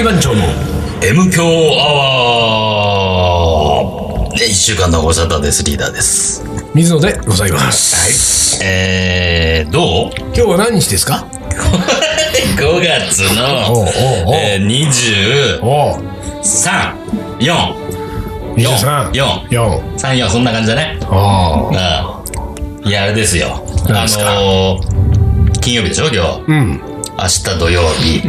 仮番長の M 強アワー、1週間のご無沙汰です。リーダーです。 水野でございます。 はい。どう？ 今日は何日ですか？ 5月の23、4、4、そんな感じだね。いや、あれですよ。金曜日でしょ、今日。うん。明日土曜日。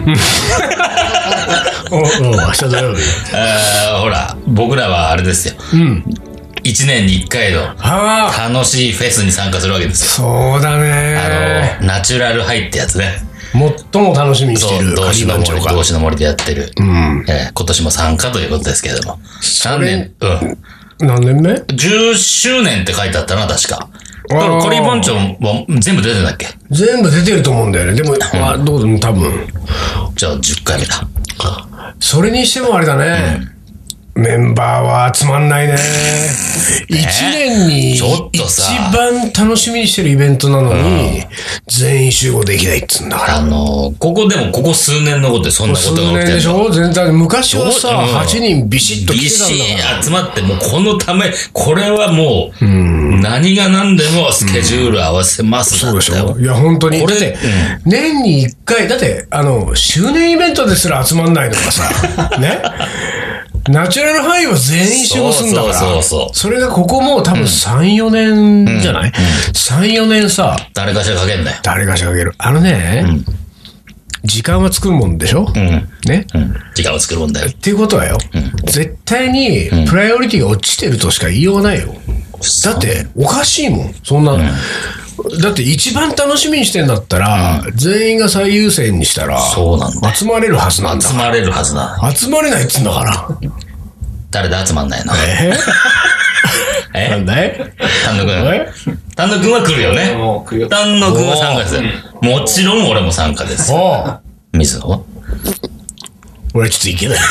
明日土曜日。 ほら、僕らはあれですよ。うん。1年に1回の楽しいフェスに参加するわけですよ。 そうだね。 ナチュラルハイってやつね。 最も楽しみにしてる同志の森でやってる。うん。今年も参加ということですけれども。何年？ 何年目？ 10 周年って書いてあったな、確か。カリー番長は全部出てんだっけ？ 全部出てると思うんだよね。でも、どうでも多分。 じゃあ10回目だ。 それにしてもあれだね。メンバーは集まんないね。1年に一番楽しみにしてるイベントなのに、全員集合できないっつうんだから。 ここ数年のことでそんなことが起きてるの。数年でしょ？ 全体昔はさ、8人ビシッと来てたんだから。 ビシッ集まって、もうこのため、これはもう、何が何でもスケジュール合わせますだったよ。 そうでしょ？いや、本当に。これで、年に1回、だって、周年イベントですら集まんないのがさ、ね？ナチュラルハイは全員集合するんだから。それがここもう多分3、4年じゃない？ 3、4年さ。 誰かしらかけんだよ。 誰かしらかける。時間は作るもんでしょ？ね？ 時間は作るもんだよ。 っていうことはよ。絶対にプライオリティが落ちてるとしか言いようがないよ。だって、おかしいもん。そんな。だって一番楽しみにしてんだったら、全員が最優先にしたら、 そうなんだ。 集まれるはずなんだ。 集まれるはずだ。 集まれないっつうんだから。 誰で集まんないの？ なんだい？ 丹野くんは来るよね。丹野くんは参加です。もちろん俺も参加です。水野は？ 俺ちょっといけない。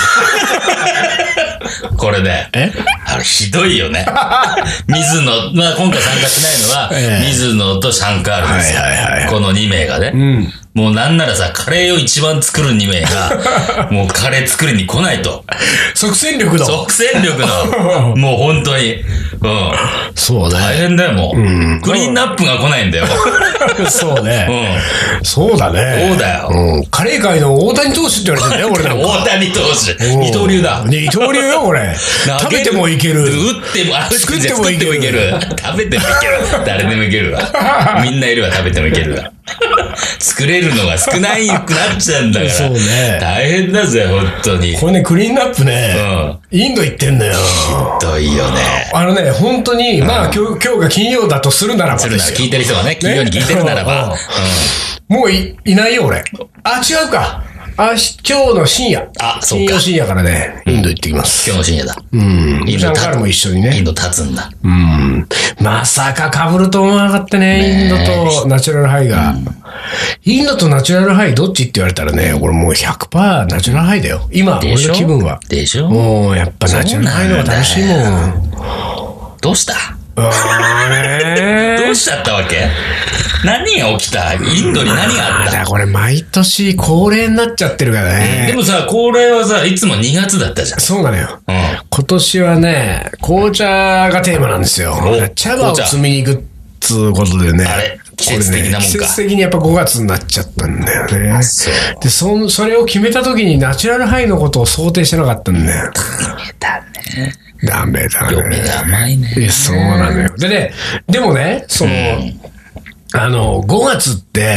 これね、ひどいよね。水野、今回参加しないのは、水野とシャンカールですよ。この2名がね。もうなんならさ、カレーを一番作る2名が、もうカレー作りに来ないと。 即戦力の。 もう本当に。 そうね。 大変だよ、もう。クリーンナップが来ないんだよ。 そうね。そうだね。 そうだよ。 カレー界の大谷投手って言われてんだよ、俺なんか。 大谷投手。二刀流だ。 二刀流よ、これ。食べてもいける。 打っても、作ってもいける。食べてもいける。誰でもいけるわ。みんないるわ、食べてもいけるわ。作れるのが少ないくなっちゃうんだから。そうね。大変だぜ、本当に。 これね、クリーンナップね。インド行ってんだよ。 ひどいよね。 本当に、今日が金曜だとするならばですよ。 聞いてる人がね、金曜に聞いてるならば。 もういないよ、俺。違うか。今日の深夜。金曜深夜からね、インド行ってきます。 今日の深夜だ。 インドからも一緒にね。 インド立つんだ。 まさか被ると思わなかったね、インドとナチュラルハイが。インドとナチュラルハイどっちって言われたらね、俺もう 100% ナチュラルハイだよ。今、俺の気分は。 でしょ？ もうやっぱナチュラルハイの方が楽しいもん。 どうした？どうしちゃったわけ？何が起きた？インドに何があった？ これ毎年恒例になっちゃってるからね。 でもさ、恒例はさ、いつも2月だったじゃん。 そうなのよ。今年はね、紅茶がテーマなんですよ。茶葉を摘みに行くっつうことでね。 あれ？季節的なもんか。 季節的にやっぱ5月になっちゃったんだよね。で、それを決めた時にナチュラルハイのことを想定してなかったんだよ。ダメだね。 嫁が甘いね。 そうなのよ。でね、でもね、5月って、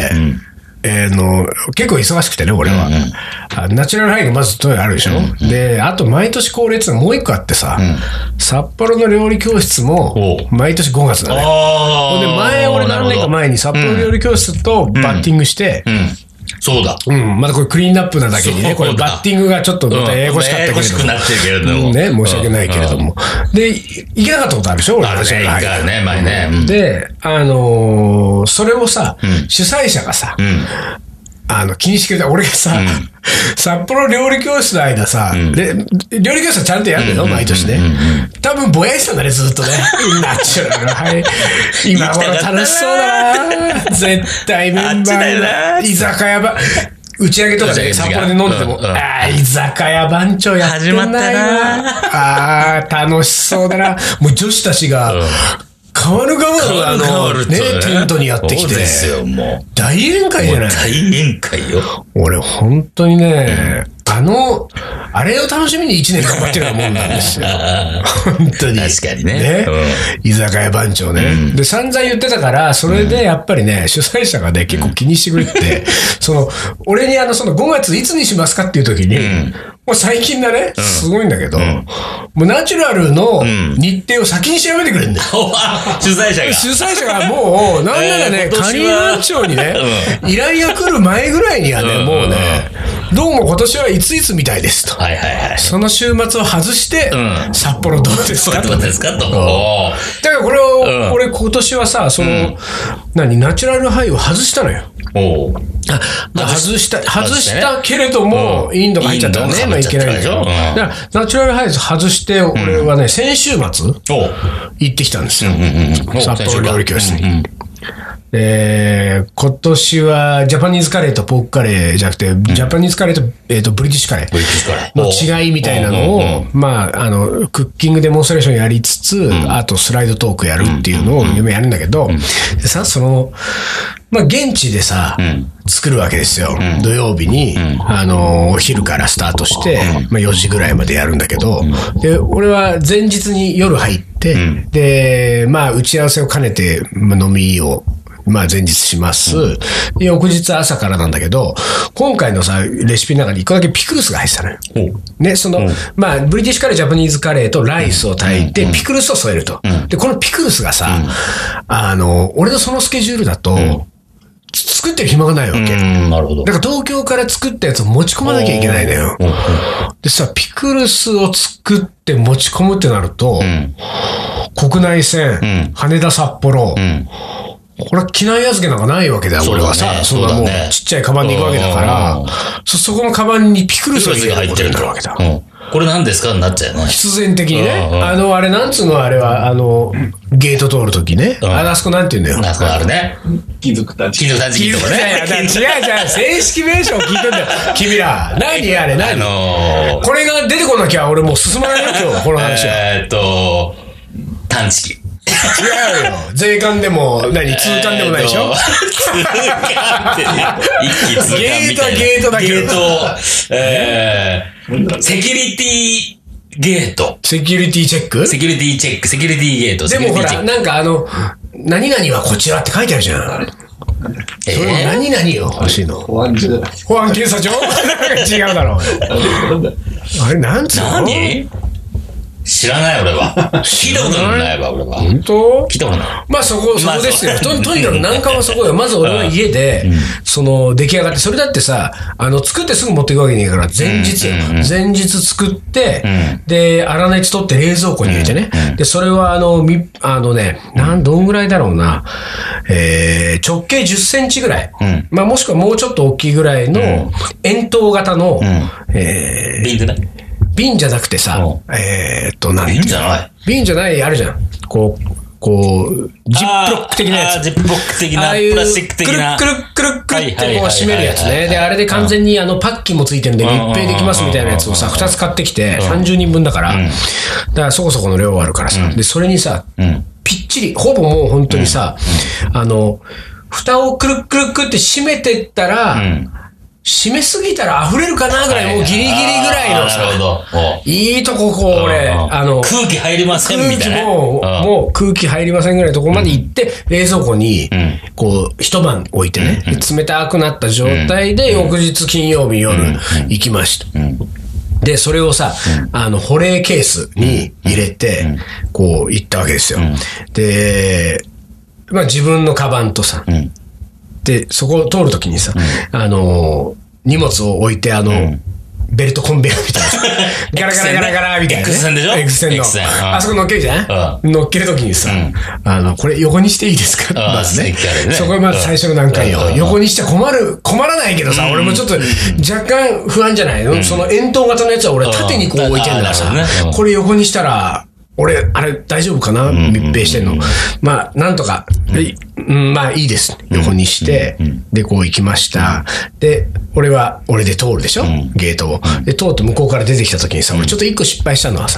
結構忙しくてね、俺は。ナチュラルハイがまずトイレあるでしょ？で、あと毎年恒例ってのもう一個あってさ、札幌の料理教室も毎年5月だね。で、俺何年か前に札幌料理教室とバッティングして、 そうだ。 まだこれクリーンナップなだけにね、これバッティングがちょっとまたややこしかったけれども。 ややこしくなってるけれども。 ね、申し訳ないけれども。で、行けなかったことあるでしょ？俺ナチュラルハイ。あるね、前ね。 で、それをさ、主催者がさ、気にしてくれた。俺がさ、札幌料理教室の間さ、料理教室はちゃんとやるんだよ、毎年ね。多分ぼやいてたんだね、ずっとね。ナチュラルハイ。今頃楽しそうだな。絶対メンバー居酒屋ば。 打ち上げとかで札幌で飲んでても、居酒屋番長やってんないわ。始まったな。楽しそうだな。もう女子たちが、変わるテントにやってきて。そうですよ、もう。大宴会じゃない。 大宴会よ。 俺、本当にね、あれを楽しみに1年頑張ってるようなもんなんですよ。本当に。 確かにね。 居酒屋番長ね。で、散々言ってたから、それでやっぱりね、主催者がね、結構気にしてくれて、俺に5月いつにしますかっていう時に、もう最近だね、すごいんだけど、もうナチュラルの日程を先に調べてくれるんだよ。 主催者が。 主催者がもう、なんならね、カニ番長にね、依頼が来る前ぐらいにはね、もうね、どうも今年はいついつみたいですと。その週末を外して、札幌どうですかと。 どうですかと。だからこれを、俺今年はさ、ナチュラルハイを外したのよ。外したけれども、インドが入っちゃったらね、まあいけないでしょ。だからナチュラルハイ外して、俺はね、先週末、行ってきたんですよ。札幌料理教室に。今年はジャパニーズカレーとポークカレーじゃなくて、ジャパニーズカレーと、ブリティッシュカレーの違いみたいなのを、まあ、クッキングデモンストレーションやりつつ、あとスライドトークやるっていうのを夢やるんだけど、でさ、まあ、現地でさ、作るわけですよ。土曜日に、お昼からスタートして、まあ、4時ぐらいまでやるんだけど、で、俺は前日に夜入って、で、まあ、打ち合わせを兼ねて、飲みを、まあ前日します。で、翌日朝からなんだけど、今回のさ、レシピの中に一個だけピクルスが入ってたのよ。ね、まあ、ブリティッシュカレー、ジャパニーズカレーとライスを炊いて、ピクルスを添えると。で、このピクルスがさ、俺のそのスケジュールだと、作ってる暇がないわけ。 なるほど。 だから東京から作ったやつを持ち込まなきゃいけないのよ。でさ、ピクルスを作って持ち込むってなると、国内線、羽田札幌、これは機内預けなんかないわけだよ、俺はさ。そんなもうちっちゃいカバンに行くわけだから、そこのカバンにピクルスが入ってるわけだ。 これ何ですかになっちゃうよね。 必然的にね。あれなんつうのあれは、ゲート通るときね。あそこなんて言うんだよ。 あそこあるね。 金属探知機とかね。 違う、正式名称聞いてんだよ。君ら。何あれ、何これが出てこなきゃ俺もう進まないよ、今日、この話は。 探知機。 違うよ。税関でも、通関でもないでしょ通関って、一気通関みたいな。 ゲートだけど。 ゲート、セキュリティゲート。 セキュリティチェックセキュリティチェック、セキュリティゲート。 でもほら、なんか何々はこちらって書いてあるじゃん。それ何々よ、欲しいの。 保安検査場違うだろう。あれ、なんつうの？ 何？知らない俺は。聞いたことないわ俺は。 本当？ 聞いたことない。 まあそこですよ。とにかく難関はそこよ。まず俺は家で、出来上がって、それだってさ、作ってすぐ持っていくわけにいかないから、前日よ。前日作って、で、粗熱取って冷蔵庫に入れてね。で、それはどんぐらいだろうな。直径10センチぐらい。まあもしくはもうちょっと大きいぐらいの、円筒型の、 瓶でね。 瓶じゃなくてさ、 瓶じゃない？ 瓶じゃない、あるじゃん。ジップロック的なやつ。 ジップロック的な、プラスチック的な。 くるくるってこう閉めるやつね。で、あれで完全にパッキンもついてるんで密閉できますみたいなやつをさ、2つ買ってきて、30人分だから、だからそこそこの量あるからさ。で、それにさ、ぴっちり、ほぼもう本当にさ、蓋をくるくるって閉めてったら、締めすぎたら溢れるかなぐらい、もうギリギリぐらいのさ、いいとこ俺、 空気入りませんみたいな。 もう空気入りませんぐらいのとこまで行って、冷蔵庫に、一晩置いてね、冷たくなった状態で、翌日金曜日夜行きました。で、それをさ、保冷ケースに入れて、行ったわけですよ。で、まあ自分のカバンとさ、で、そこを通るときにさ、荷物を置いて、ベルトコンベヤーみたいな。ガラガラガラガラみたいな、ね。 X 線でしょ？ X 線の。あそこ乗っけるじゃん？乗っけるときにさ、これ横にしていいですか？まずね。そこがまず最初の段階よ。横にしちゃ困らないけどさ、俺もちょっと若干不安じゃないの？その円筒型のやつは俺縦に置いてんだからさ、これ横にしたら、 俺、あれ大丈夫かな密閉してんの。まあ、なんとか、まあいいです。横にして、で、こう行きました。で、俺で通るでしょゲートを。で、通って向こうから出てきた時にさ、俺ちょっと一個失敗したのはさ、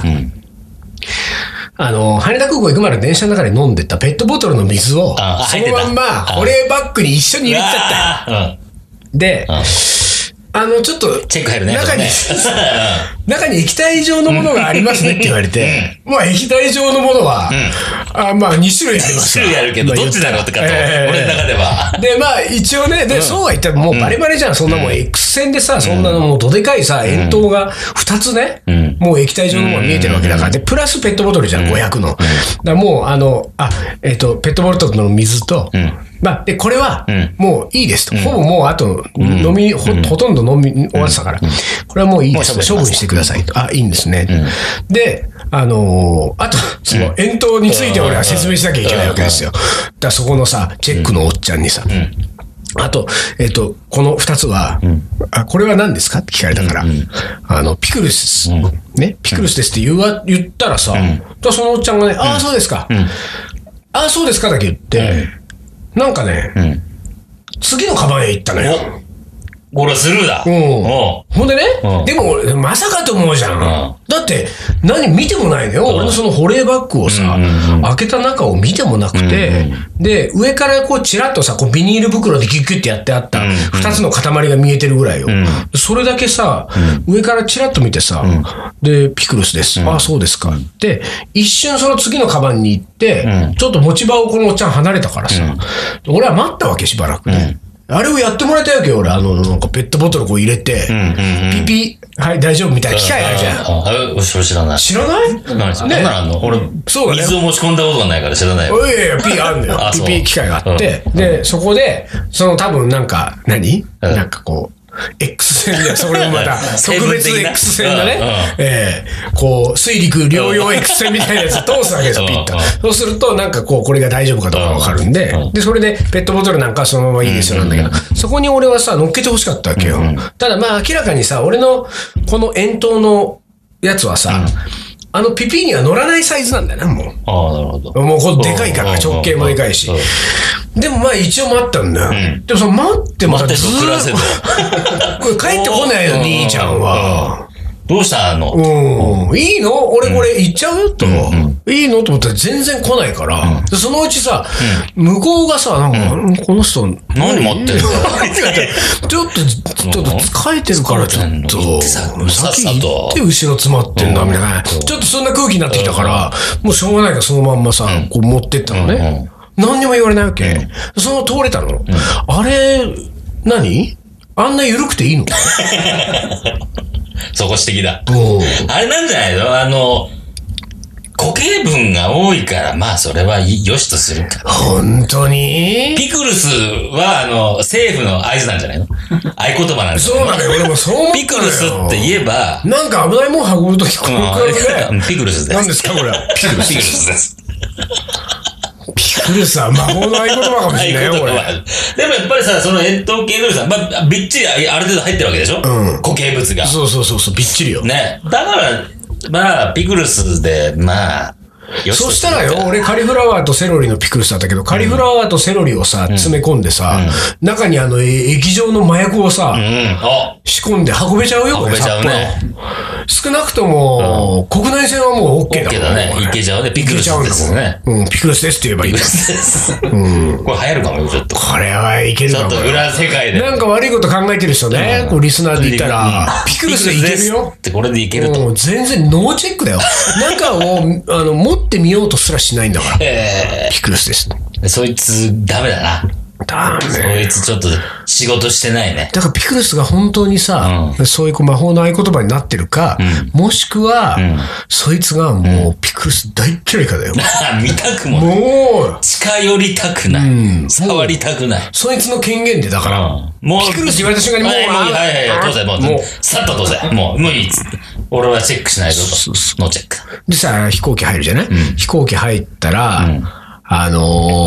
羽田空港行くまで電車の中で飲んでたペットボトルの水を、そのまんま保冷バッグに一緒に入れちゃったよ。で、ちょっと、 チェック入るね。 中に液体状のものがありますねって言われて、まあ液体状のものは、まあ2種類あります。 2種類あるけど、どっちだろうってかと、俺の中では。 で、まあ一応ね、で、そうは言ったらもうバレバレじゃん。そんなもん X 線でさ、そんなのもうどでかいさ、円筒が2つね、もう液体状のものが見えてるわけだから。で、プラスペットボトルじゃん、500の。だからもう、ペットボトルの水と、まあ、で、これは、もういいですと。ほぼもう、あと、ほとんど飲み終わってたから、これはもういいです。処分してくださいと。いいんですね。で、あと、その、円筒について俺は説明しなきゃいけないわけですよ。だからそこのさ、チェックのおっちゃんにさ、あと、この2つは、これは何ですかって聞かれたから、ピクルスです。ね、ピクルスですって言ったらさ、そのおっちゃんがね、そうですか。そうですかだけ言って、なんかね、次のカバンへ行ったのよ。 俺はスルーだ。 ほんでね、でもまさかと思うじゃん。だって、見てもないのよ。俺のその保冷バッグをさ、開けた中を見てもなくて、で、上からこうチラッとさ、こうビニール袋でキュッキュッてやってあった二つの塊が見えてるぐらいよ。それだけさ、上からチラッと見てさ、で、ピクルスです。そうですか。で、一瞬その次のカバンに行って、ちょっと持ち場をこのおっちゃん離れたからさ、俺は待ったわけ、しばらくね。あれをやってもらいたいわけよ、俺。なんかペットボトルこう入れて、ピピ、はい、大丈夫みたいな機械あるじゃん。 それ知らない。 知らない？ ね。俺、水を持ち込んだことがないから知らないよ。 いやいや、ピあるんだよ。ピピ機械があって、で、そこで、多分なんか、なんかこう、X 線で、それもまた、特別 X 線だね。こう、水陸両用 X 線みたいなやつ通すわけですよ、ピッと。そうすると、なんかこう、これが大丈夫かどうかわかるんで、で、それで、ペットボトルなんかそのままいいですよなんだけど、そこに俺はさ、乗っけて欲しかったわけよ。ただまあ、明らかにさ、俺の、この円筒のやつはさ、ピピには乗らないサイズなんだよな、もう。 なるほど。 もうこれでかいから、直径もでかいし。でもまあ一応待ったんだよ。でも待ってもさ、ずーっと。これ帰ってこないよ、兄ちゃんは。 どうしたの？ いいの？俺これ行っちゃうと。いいのと思ったら全然来ないから。そのうちさ、向こうがさ、なんか、この人、 何待ってんの？ ちょっと疲れてるからちょっと、先行って後ろ詰まってんだ、みたいな。ちょっとそんな空気になってきたから、もうしょうがないからそのまんまさ、こう持ってったのね。何にも言われないわけ。その通れたの。あれ、あんな緩くていいの？ そこ指摘だ。あれなんじゃないの？固形分が多いから、まあそれは良しとするか。 本当に？ ピクルスは、政府の合図なんじゃないの？合言葉なんですよ。そうなのよ、俺もそう思ったのよ。 ピクルスって言えば。 なんか危ないもん運ぶとき、このくらいね。 ピクルスです。 何ですか、これは。 ピクルスです。 ピクルスは魔法の合言葉かもしれないよ、これ。 でもやっぱりさ、その円筒形のさ、びっちりある程度入ってるわけでしょ？固形物が。 そう、びっちりよ。 ね。だから、まあ、ピクルスで、まあ、 そしたらよ、俺カリフラワーとセロリのピクルスだったけど、カリフラワーとセロリをさ、詰め込んでさ、中に液状の麻薬をさ、仕込んで運べちゃうよ、 運べちゃうね。 少なくとも、国内線はもう OK だ。 OK だね。いけちゃうね。ピクルスですね。 ピクルスですって言えばいい。ピクルスです。 これ流行るかもよ、ちょっと。 これはいけるかも。 ちょっと裏世界で。 なんか悪いこと考えてる人ね、リスナーで言ったら、ピクルスでいけるよ。 ってこれでいけると。 全然ノーチェックだよ。中を、持ってみようとすらしないんだから。ピクルスです。 そいつ、ダメだな。 ダメ。 そいつちょっと仕事してないね。 だからピクルスが本当にさ、そういう魔法の合言葉になってるか、もしくは、そいつがもうピクルス大嫌いかだよ。 見たくももう、 近寄りたくない。触りたくない。 そいつの権限でだから、もうピクルス言われた瞬間にもう、 はい、通せ、もう、さっと通せ。もういいっつって。俺はチェックしないぞと。ノーチェック。 でさ、飛行機入るじゃない？飛行機入ったら、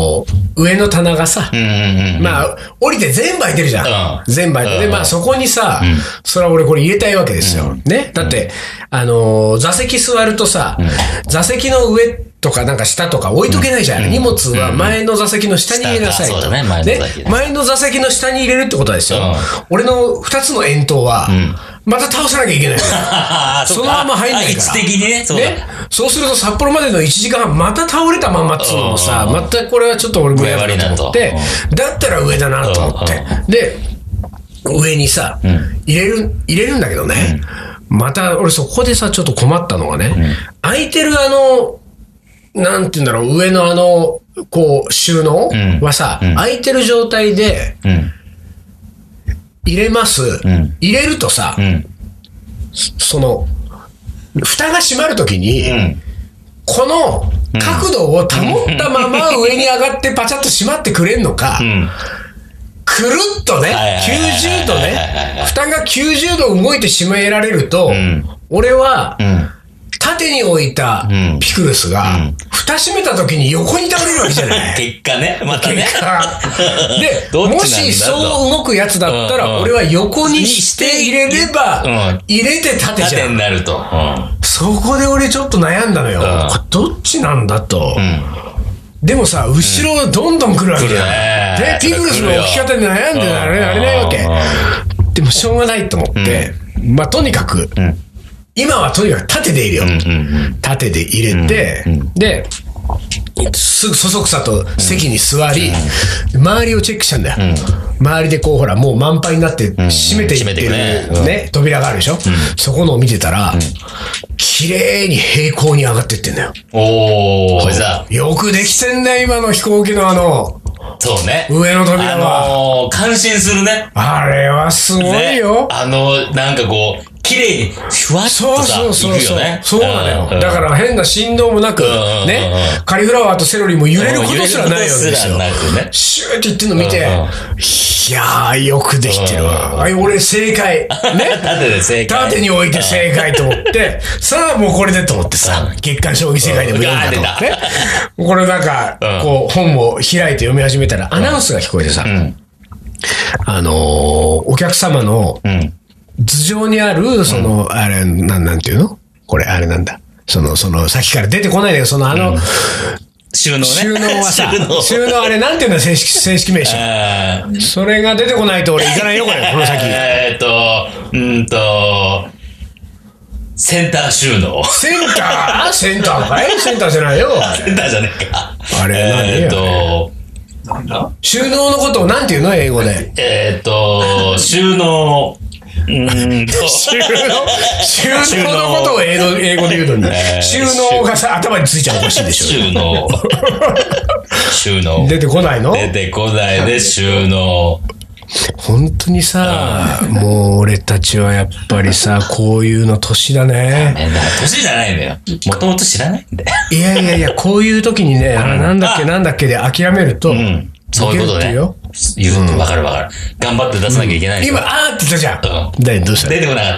上の棚がさ、まあ、降りて全部空いてるじゃん。全部空いてる。で、まあそこにさ、それは俺これ入れたいわけですよ。ね。だって、座席座るとさ、座席の上とかなんか下とか置いとけないじゃん。荷物は前の座席の下に入れなさいと。 ね、 前の座席の下に入れるってことですよ。俺の2つの円筒は、また倒さなきゃいけない。そのまま入んないから。 位置的にね。 そうすると札幌までの1時間半また倒れたまんまっつうのもさ、またこれはちょっと俺もやだなと思って、だったら上だなと思って。で、上にさ、入れるんだけどね、また俺そこでさ、ちょっと困ったのがね、空いてるなんて言うんだろう、上のこう、収納はさ、空いてる状態で、入れます。入れるとさ、その、蓋が閉まるときに、この角度を保ったまま上に上がってパチャッと閉まってくれんのか、くるっとね、90度ね、蓋が90度動いて閉められると、俺は、縦に置いたピクルスが、蓋閉めた時に横に倒れるわけじゃない。 結果ね、またね。 で、もしそう動くやつだったら、俺は横にして入れれば、入れて縦じゃん。 縦になると。 そこで俺ちょっと悩んだのよ。これどっちなんだと。でもさ、後ろどんどん来るわけじゃん。で、ピクルスの置き方で悩んでられないわけ。でもしょうがないと思って、まあとにかく、今はとにかく縦で入れようと。縦で入れて、で、すぐそそくさと席に座り、周りをチェックしたんだよ。周りでこうほら、もう満杯になって閉めていってるね、扉があるでしょ。そこのを見てたら、綺麗に平行に上がってってんだよ。よくできてんだよ、今の飛行機のそうね。 上の扉は。 感心するね。 あれはすごいよ。 なんかこう、綺麗に、ふわっとさ、いくよね。 そうなのよ。だから変な振動もなく、ね、カリフラワーとセロリも揺れることすらないわけですよ。シューって言ってんの見て、いやー、よくできてるわ。俺正解。ね。 縦で正解。 縦に置いて正解と思って、さあもうこれでと思ってさ、月刊将棋世界でも読んだと思って。これなんか、こう、本を開いて読み始めたら、アナウンスが聞こえてさ、お客様の、頭上にある、あれ、なんていうのこれ、あれなんだ。さっきから出てこないんだけど、 収納ね。 収納はさ、収納あれ、なんていうんだ、正式名称。それが出てこないと俺行かないよ、これ、この先。 センター収納。 センターセンターかいセンターじゃないよ。 センターじゃねえか。 あれ、なんだ収納のことをなんていうの英語で。 収納。 収納のことを英語で言うのに、収納がさ、頭についちゃうおかしいでしょ。 収納。 出てこないの？ 出てこないで、収納。 本当にさ、もう俺たちはやっぱりさ、こういうの年だね。 年じゃないんだよ。もともと知らないんだよ。 いや、こういう時にね、なんだっけで諦めると、 そういうことね。言うとわかる。頑張って出さなきゃいけない。 今、あーって言ったじゃん。どうした？ 出てこなかった。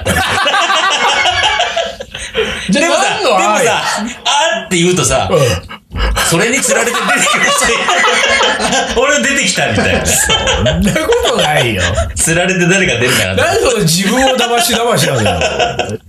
でもさ、あーって言うとさ、それに釣られて出てきた。俺出てきたみたいな。 そんなことないよ。 釣られて誰か出るかな。 なんで自分を騙しなんだよ。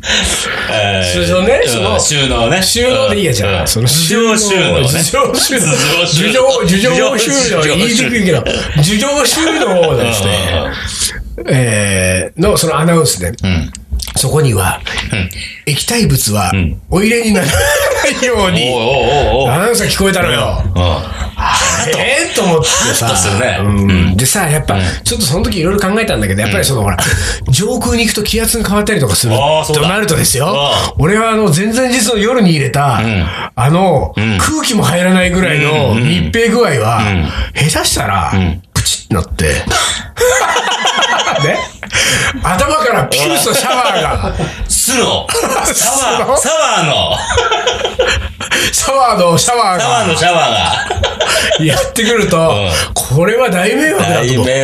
収納ね。 収納でいいやじゃん。 頭上収納ね。 頭上収納。言いにくいけど、頭上収納ですね。そのアナウンスで。そこには、液体物はお入れにならないように、アナウンスが聞こえたのよ。と思ってさ。でさ、やっぱ、ちょっとその時いろいろ考えたんだけど、やっぱりほら、上空に行くと気圧が変わったりとかするとなるとですよ、俺は前々日の夜に入れた、空気も入らないぐらいの密閉具合は、下手したら、プチッなって、ね、頭からピクルスのシャワーがシャワーがやってくると、これは大迷惑だと思って、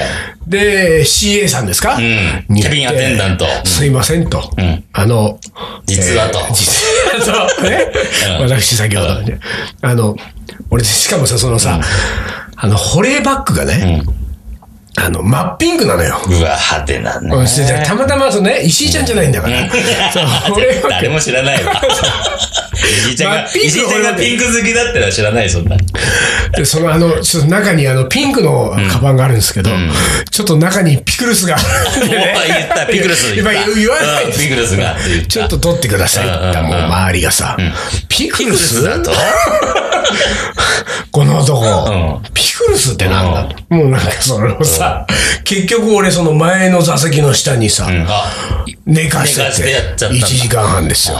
で CA さんですか、 キャビンアテンダント、 すいませんと、 実はとね、私先ほど俺しかもさ保冷バッグがね、真っピンクなのよ。 うわ、派手なね。 たまたま石井ちゃんじゃないんだから。 誰も知らないわ。石井ちゃんがピンク好きだってのは知らない、そんな。 で、ちょっと中にピンクのカバンがあるんですけど、ちょっと中にピクルスがあるんでね。 言った、ピクルス。 言わない。 ピクルスが。 ちょっと取ってくださいって言った、もう周りがさ、ピクルスだとこの男、ピクルスってなんだと。もうなんかそれをさ、結局俺その前の座席の下にさ、寝かしてて、1時間半ですよ。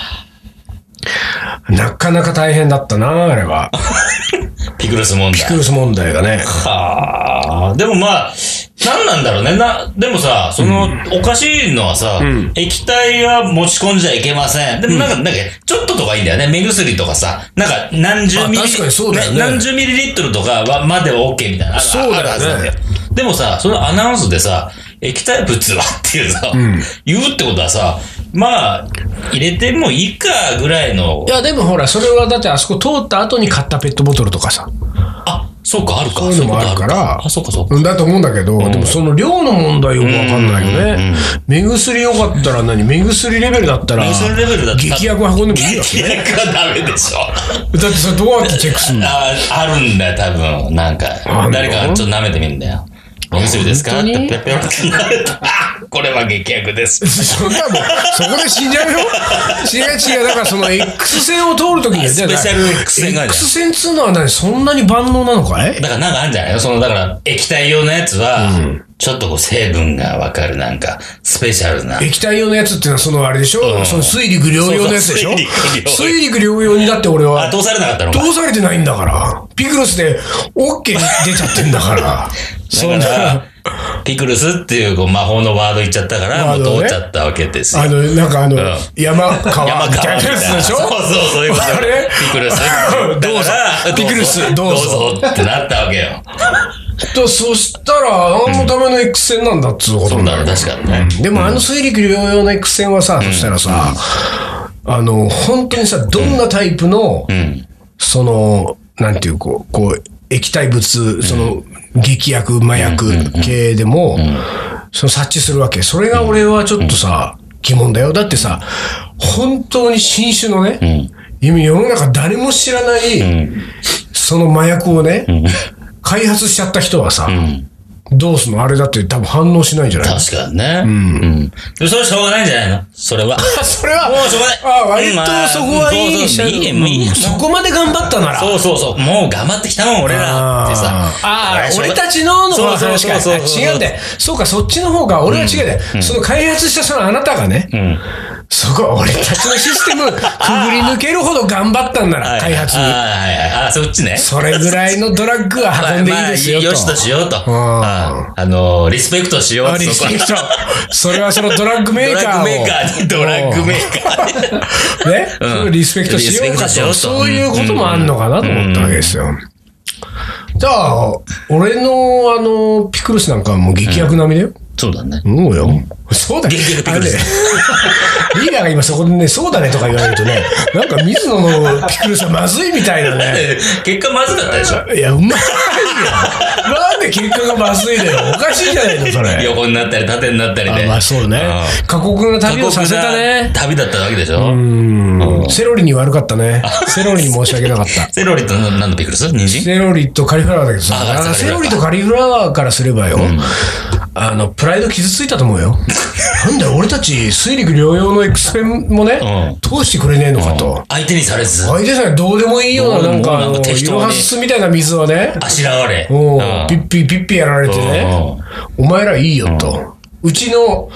なかなか大変だったな、あれは。 ピクルス問題。 ピクルス問題がね。 はあ。でもまあ、何なんだろうね。でもさ、おかしいのはさ、液体は持ち込んじゃいけません。でもなんか、ちょっととかいいんだよね。目薬とかさ、なんか何十ミリ、何十ミリリットルとかまでは OK みたいな。 そうだよね。 でもさ、そのアナウンスでさ、液体物はっていうさ、言うってことはさ、まあ、入れてもいいかぐらいの。 いや、でもほら、それはだってあそこ通った後に買ったペットボトルとかさ。 あ、そうか、あるか。 そういうのもあるから。 あ、そうか、そうか。 だと思うんだけど、でもその量の問題よくわかんないよね。目薬よかったら目薬レベルだったら、劇薬運んでもいいわけね。 劇薬はダメでしょ。 だってそれどうやってチェックするの？ あるんだよ、多分。なんか、誰かちょっと舐めてみるんだよ。お薬ですかってペペロって舐めた。これは劇薬です。 そんなもん、そこで死んじゃうよ。違う。だからその X 線を通るときに、 スペシャル X 線があるじゃん。 X 線っつうのはそんなに万能なのかい？ だからなんかあるんじゃないの？だから液体用のやつは、ちょっとこう成分がわかるなんか、スペシャルな。 液体用のやつっていうのはあれでしょ？その水陸両用のやつでしょ？水陸両用にだって俺は。 通されなかったの？ 通されてないんだから。ピクルスで OK 出ちゃってんだから。 だから、ピクルスっていう魔法のワード言っちゃったから、もう通っちゃったわけですよ。 なんか山川みたいなやつでしょ？ そういうこと。 あれ？ ピクルス。 どうぞ。ピクルス、どうぞ。 ってなったわけよ。 そしたら、何のための X 線なんだっつうことになる。 確かにね。 でも水陸両用の X 線はさ、そしたらさ、本当にさ、どんなタイプの、なんていう、液体物、劇薬、麻薬系でも、察知するわけ。それが俺はちょっとさ、疑問だよ。だってさ、本当に新種のね、世の中誰も知らない、その麻薬をね、開発しちゃった人はさ、どうすんの？あれだって多分反応しないんじゃない？ 確かにね。でもそれはしょうがないんじゃないの？それは。 それは。 もうしょうがない。 割とそこはいい。そこまで頑張ったなら。 そう。もう頑張ってきたもん、俺らってさ。 俺たちの話か。違うんだよ。そうか、そっちの方が、俺は違うね。その開発したそのあなたがね、そこは俺たちのシステムくぐり抜けるほど頑張ったんなら、開発に。 そっちね。 それぐらいのドラッグは運んでいいですよと。 よしとしようと。リスペクトしようと。 リスペクト。それはそのドラッグメーカーを。 ドラッグメーカーね。リスペクトしようかと。そういうこともあんのかなと思ったわけですよ。じゃあ、俺のピクルスなんかはもう劇薬並みだよ。 そうだね。 そうよ。そうだね。リーダーが今そこでね、そうだねとか言われるとね、なんか水野のピクルスはまずいみたいなね。 結果まずかったでしょ？ いや、うまいよ。なんで結果がまずいのよ。おかしいじゃないの、それ。 横になったり縦になったりで。 まあそうね。過酷な旅をさせたね。 旅だったわけでしょ？ セロリに悪かったね。セロリに申し訳なかった。 セロリと何のピクルス？人参？ セロリとカリフラワーだけどさ、セロリとカリフラワーからすればよ、プライド傷ついたと思うよ。なんだよ、俺たち水陸両用の X ペンもね、通してくれねえのかと。 相手にされず。 相手さえどうでもいいような、なんか、イロハスみたいな水はね、 あしらわれ。 ピッピやられてね、お前らいいよと。うちの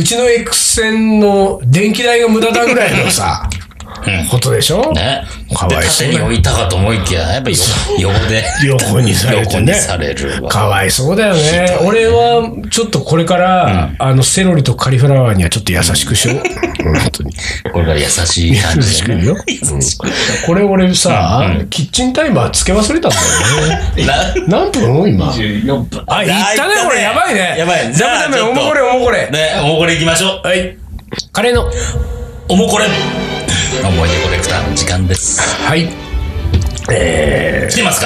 X 線の電気代が無駄だぐらいのさ、ことでしょ？ ね。 かわいそう。 縦に置いたかと思いきや、やっぱ横にされてね。かわいそうだよね。俺は、ちょっとこれから、セロリとカリフラワーにはちょっと優しくしよう。本当に。 これから優しい感じで。 優しくよ。これ俺さ、キッチンタイマーつけ忘れたんだよね。何分今。 24分。 あ、いったね、これ。やばいね。 やばい。 ダメ、おもこれ。 ね、おもこれ行きましょう。 はい。カレーの、 おもこれ。思い出コレクターの時間です。 はい。 来てますか？ 来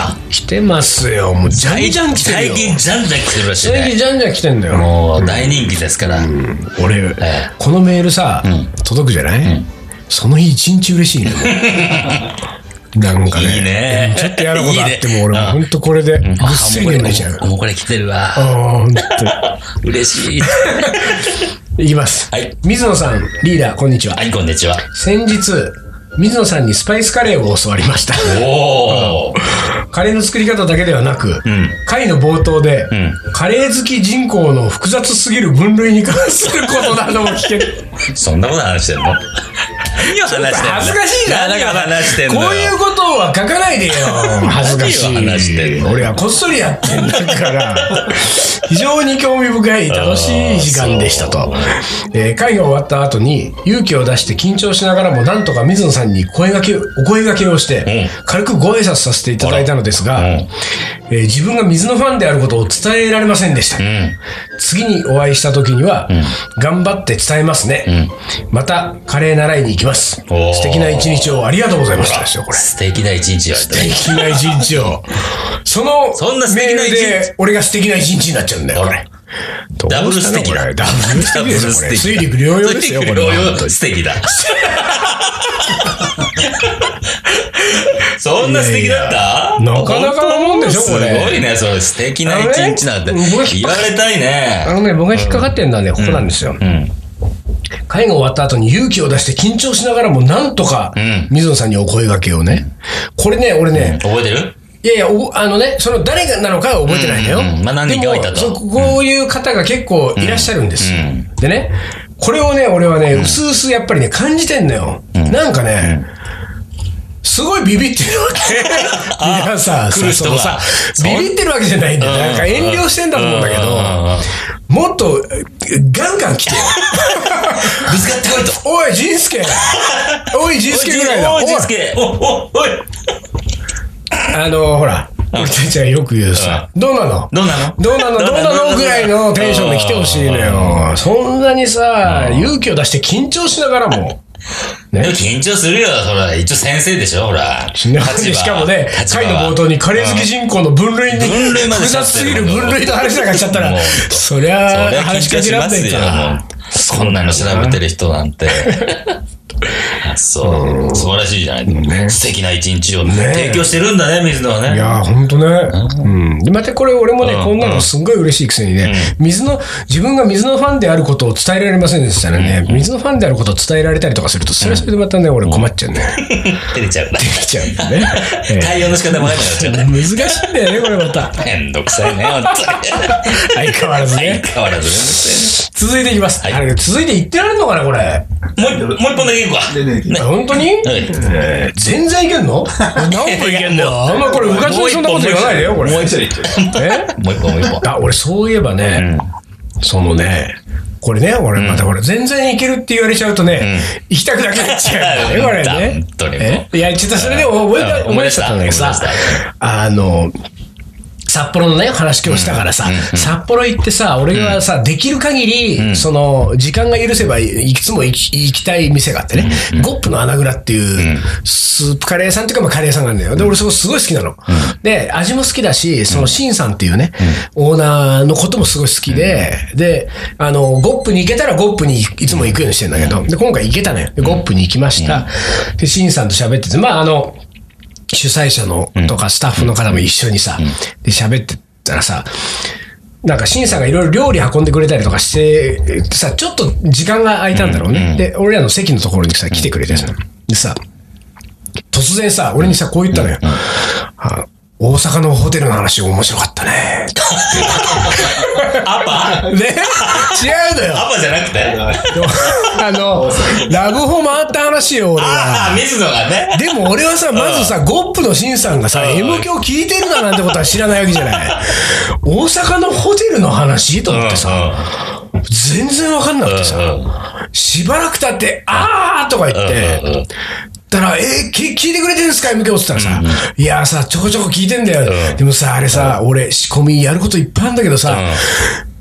てますよ。もうじゃんじゃん来てるよ。 最近じゃんじゃん来てるらしいね。 最近じゃんじゃん来てんだよ。 もう大人気ですから。 俺、このメールさ、届くじゃない？その日一日嬉しいね。なんかね。 いいね。 ちょっとやることあっても俺もほんとこれでぐっすり眠れちゃう。 もうこれ来てるわ。 ほんと。 嬉しい。 いきます。 はい。 水野さん、リーダー、こんにちは。 はい、こんにちは。 先日、水野さんにスパイスカレーを教わりました。 おー。 カレーの作り方だけではなく、回の冒頭で、カレー好き人口の複雑すぎる分類に関することなども聞けそんなこと話してんの？何を話してんの？ 恥ずかしいじゃん。 何を話してんの？ こういうことは書かないでよ。恥ずかしい。 何を話してんの？ 俺はこっそりやってんだから。非常に興味深い楽しい時間でしたと。会が終わった後に勇気を出して緊張しながらもなんとか水野さんにお声掛けをして、軽くご挨拶させていただいたのですが、自分が水野ファンであることを伝えられませんでした。次にお会いした時には、頑張って伝えますね。またカレー習いに行きます。素敵な一日をありがとうございましたですよ、これ。 素敵な一日を。 素敵な一日を。そのメールで俺が素敵な一日になっちゃうんだよ、これ。 ダブル素敵だ。 ダブル素敵ですよ、これ。水陸両用ですよ、これ。 両用素敵だ。そんな素敵だった？ なかなかなもんでしょ、これ。 すごいね、それ素敵な一日なんて。言われたいね。 僕が引っかかってんのはね、ここなんですよ。会が終わった後に勇気を出して緊張しながらもなんとか水野さんにお声掛けをね。これね、俺ね。 覚えてる？ いやいや、その誰がなのかは覚えてないんだよ。 まあ何人かはいたと。 でも、こういう方が結構いらっしゃるんです。でね、これをね、俺はね、うすうすやっぱりね、感じてんのよ。なんかね、すごいビビってるわけ。いやさ、ビビってるわけじゃないんだよ。なんか遠慮してんだと思うんだけど、もっとガンガン来てよ。 ぶつかってこいと。 おい、仁助。おい、仁助ぐらいだ。 おい、仁助。おい。 ほら、俺たちはよく言うさ、どうなのぐらいのテンションで来てほしいのよ。そんなにさ、勇気を出して緊張しながらも。 ね、緊張するよ、そら。一応先生でしょ、ほら。 しかもね、回の冒頭にカレー好き人口の分類に、複雑すぎる分類の話なんかしちゃったら、そりゃ、話しかけらんないから。 そんなの調べてる人なんて。そう。素晴らしいじゃない。素敵な一日を提供してるんだね、水野はね。 いや、ほんとね。で、またこれ俺もね、こんなのすんごい嬉しいくせにね、自分が水野ファンであることを伝えられませんでしたらね、水野ファンであることを伝えられたりとかすると、それはそれでまたね、俺困っちゃうね。 照れちゃうんだね。 対応の仕方もあるからちゃうね。 難しいんだよね、これまた。 めんどくさいね、ほんとに。 相変わらずね。 相変わらずめんどくさいね。 続いていきます。続いて言ってられるのかな、これ。 もう一本だけいくわ。 本当に？全然いけんの？何分いけんの？あんまこれ昔にそんなこと言わないでよ、これ。 もう一本。 俺そういえばね、これね、俺またこれ全然いけるって言われちゃうとね、行きたくなくなっちゃうんだよね、これね。 本当に。 いや、ちょっとそれで思い出しちゃったんだけどさ、札幌のね、話今日したからさ、札幌行ってさ、俺はさ、できる限り、時間が許せばいくつも行きたい店があってね、ゴップの穴蔵っていう、スープカレーさんっていうか、カレーさんがあるんだよ。で、俺そこすごい好きなの。で、味も好きだし、そのシンさんっていうね、オーナーのこともすごい好きで、で、ゴップに行けたらゴップにいつも行くようにしてんだけど、で、今回行けたのよ。で、ゴップに行きました。で、シンさんと喋ってて、主催者のとかスタッフの方も一緒にさ、で喋ってたらさ、なんかシンさんがいろいろ料理運んでくれたりとかしてさ、ちょっと時間が空いたんだろうね。で、俺らの席のところにさ、来てくれてさ、でさ、突然さ、俺にさ、こう言ったのよ。大阪のホテルの話面白かったね。 アパ？ ね？違うのよ。 アパじゃなくて？ ラブホ回った話よ、俺は。 水野がね。 でも俺はさ、まずさ、ゴップのシンさんがさ、M 響聞いてるだなんてことは知らないわけじゃない。大阪のホテルの話と思ってさ、全然わかんなくてさ、しばらく経って、あーとか言って、だから、聞いてくれてるんですか ?M 響って言ったらさ、いやさ、ちょこちょこ聞いてんだよ。でもさ、あれさ、俺、仕込みやることいっぱいあるんだけどさ、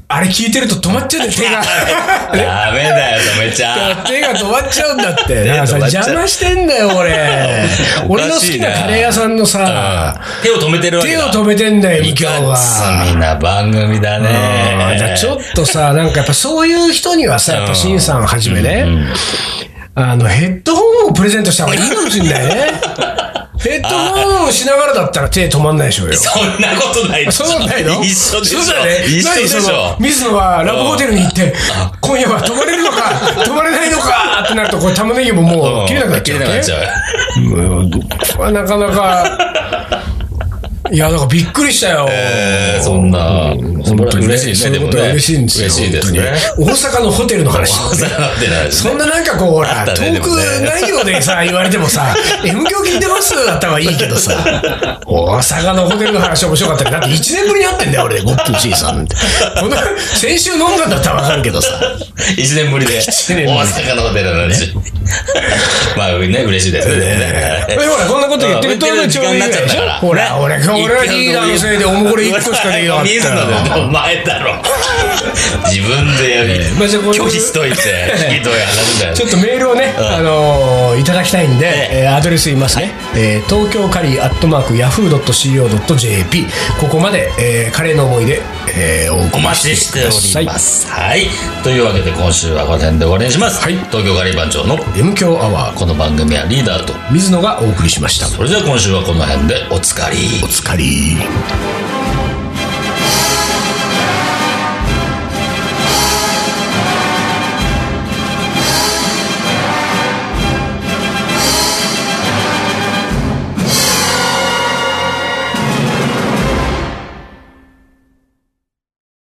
あれ聞いてると止まっちゃうんだよ、手が。 ダメだよ、止めちゃう。 手が止まっちゃうんだって。だからさ、邪魔してんだよ、俺。俺の好きなカレー屋さんのさ、 手を止めてるわけだ。 手を止めてんだよ、今日は。 罪な番組だね。 ちょっとさ、なんかやっぱそういう人にはさ、やっぱシンさんはじめね、ヘッドホンをプレゼントした方がいいかもしれないね。ヘッドホンをしながらだったら手止まんないでしょうよ。 そんなことないでしょ。 そうないの？ 一緒でしょ。 そうだね。 一緒でしょ。 水野はラブホテルに行って、今夜は泊まれるのか、泊まれないのかってなると、これ玉ねぎももう切れなくなっちゃう。 切れなくなっちゃう。なかなか、いや、なんかびっくりしたよ。 そんな、 本当に嬉しいね。そういうことは嬉しいんですよ。 嬉しいですね。 大阪のホテルの話。 大阪のホテルの話。 そんななんかこう、ほら、トーク内容でさ、言われてもさ、M 響聞いてますだったらいいけどさ、大阪のホテルの話面白かったけど、だって1年ぶりに会ってんだよ、俺、ゴッキー C さんって。先週飲んだんだったらわかるけどさ。 1年ぶりで、大阪のホテルの話。まあね、嬉しいですね。 ほら、こんなこと言ってると時間になっちゃったから。ほら、俺はリーダーのせいでおもこれ1個しかできなかった。 水野でお前だろ。自分で拒否しといて、ひどい話だよ。 ちょっとメールをね、いただきたいんで、アドレス言いますね。東京カリー@yahoo.co.jp ここまで、カレーの思い出、 お待ちしております。はい。というわけで今週はこの辺で終わりにします。はい。東京カリー番長の M 強アワー。 この番組はリーダーと水野がお送りしました。 それでは今週はこの辺でおつかり。 おつかり。